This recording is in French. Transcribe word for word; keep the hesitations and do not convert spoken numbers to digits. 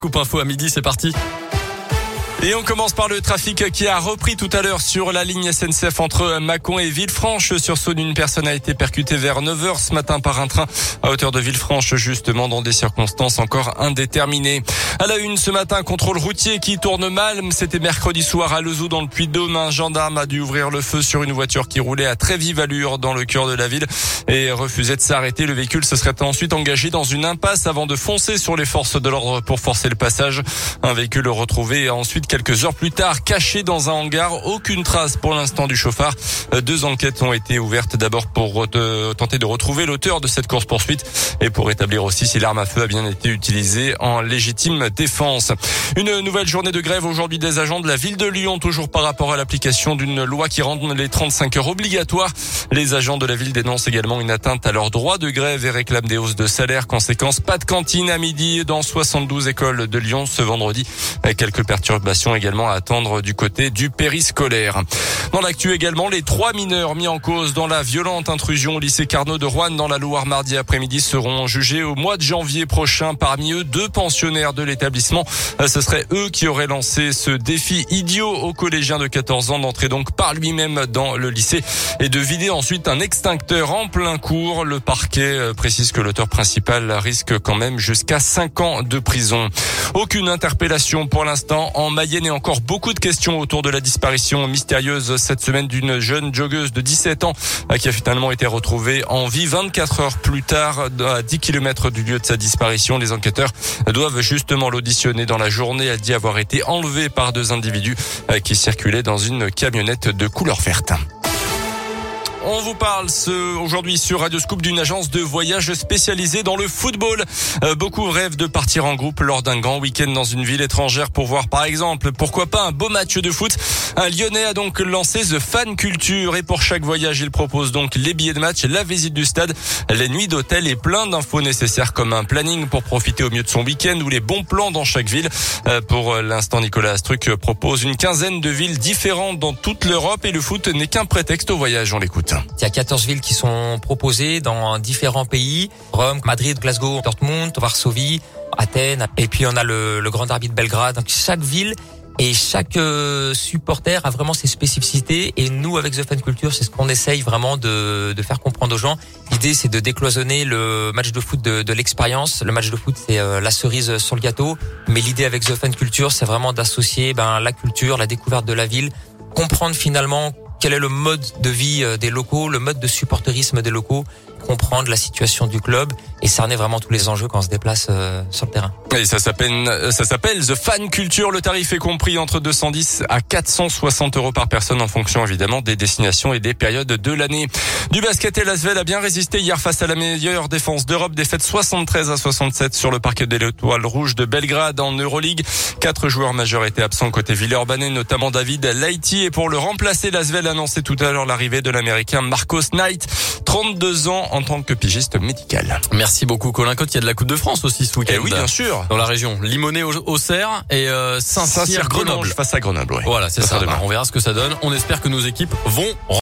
Coupe info à midi, c'est parti. Et on commence par le trafic qui a repris tout à l'heure sur la ligne S N C F entre Mâcon et Villefranche-sur-Saône. Une personne a été percutée vers neuf heures ce matin par un train à hauteur de Villefranche, justement dans des circonstances encore indéterminées. À la une ce matin, contrôle routier qui tourne mal. C'était mercredi soir à Lezoux dans le Puy-de-Dôme. Un gendarme a dû ouvrir le feu sur une voiture qui roulait à très vive allure dans le cœur de la ville et refusait de s'arrêter. Le véhicule se serait ensuite engagé dans une impasse avant de foncer sur les forces de l'ordre pour forcer le passage. Un véhicule retrouvé ensuite quelques heures plus tard, caché dans un hangar. Aucune trace pour l'instant du chauffard. Deux enquêtes ont été ouvertes, d'abord pour de, tenter de retrouver l'auteur de cette course-poursuite et pour établir aussi si l'arme à feu a bien été utilisée en légitime défense. Une nouvelle journée de grève aujourd'hui des agents de la ville de Lyon, toujours par rapport à l'application d'une loi qui rend les trente-cinq heures obligatoires. Les agents de la ville dénoncent également une atteinte à leur droit de grève et réclament des hausses de salaire. Conséquence, pas de cantine à midi dans soixante-douze écoles de Lyon ce vendredi. Quelques perturbations également à attendre du côté du périscolaire. Dans l'actu également, les trois mineurs mis en cause dans la violente intrusion au lycée Carnot de Roanne dans la Loire mardi après-midi seront jugés au mois de janvier prochain. Parmi eux, deux pensionnaires de l'établissement. Ce seraient eux qui auraient lancé ce défi idiot aux collégiens de quatorze ans d'entrer donc par lui-même dans le lycée et de vider ensuite un extincteur en plein cours. Le parquet précise que l'auteur principal risque quand même jusqu'à cinq ans de prison. Aucune interpellation pour l'instant en Mayenne et encore beaucoup de questions autour de la disparition mystérieuse cette semaine d'une jeune joggeuse de dix-sept ans qui a finalement été retrouvée en vie vingt-quatre heures plus tard à dix kilomètres du lieu de sa disparition. Les enquêteurs doivent justement l'auditionner dans la journée. Elle dit avoir été enlevée par deux individus qui circulaient dans une camionnette de couleur verte. On vous parle ce, aujourd'hui sur Radio Scoop d'une agence de voyage spécialisée dans le football. Euh, beaucoup rêvent de partir en groupe lors d'un grand week-end dans une ville étrangère pour voir par exemple, pourquoi pas un beau match de foot. Un Lyonnais a donc lancé The Fan Culture et pour chaque voyage, il propose donc les billets de match, la visite du stade, les nuits d'hôtel et plein d'infos nécessaires comme un planning pour profiter au mieux de son week-end ou les bons plans dans chaque ville. Euh, pour l'instant, Nicolas Astruc propose une quinzaine de villes différentes dans toute l'Europe et le foot n'est qu'un prétexte au voyage. On l'écoute. Il y a quatorze villes qui sont proposées dans différents pays. Rome, Madrid, Glasgow, Dortmund, Varsovie, Athènes. Et puis on a le, le Grand Derby de Belgrade. Donc chaque ville et chaque euh, supporter a vraiment ses spécificités. Et nous, avec The Fan Culture, c'est ce qu'on essaye vraiment de, de faire comprendre aux gens. L'idée, c'est de décloisonner le match de foot de, de l'expérience. Le match de foot, c'est euh, la cerise sur le gâteau. Mais l'idée avec The Fan Culture, c'est vraiment d'associer ben, la culture, la découverte de la ville, comprendre finalement quel est le mode de vie des locaux, le mode de supporterisme des locaux, comprendre la situation du club et cerner vraiment tous les enjeux quand on se déplace euh, sur le terrain. Et ça s'appelle, ça s'appelle The Fan Culture. Le tarif est compris entre deux cent dix à quatre cent soixante euros par personne en fonction évidemment des destinations et des périodes de l'année. Du basket et l'Asvel a bien résisté hier face à la meilleure défense d'Europe. Défaite soixante-treize à soixante-sept sur le parquet de l'Étoile Rouge de Belgrade en Euroleague. Quatre joueurs majeurs étaient absents côté Villeurbanne, notamment David Laïti. Et pour le remplacer, l'Asvel a annoncé tout à l'heure l'arrivée de l'Américain Marcos Knight, trente-deux ans en tant que pigiste médical. Merci beaucoup Colin Cotte. Il y a de la Coupe de France aussi ce week-end. Eh oui, bien sûr. Dans la région. Limonest au Auxerre et euh, Saint-Cyr Grenoble. Face à Grenoble, ouais. Voilà, c'est ça. ça. On verra ce que ça donne. On espère que nos équipes vont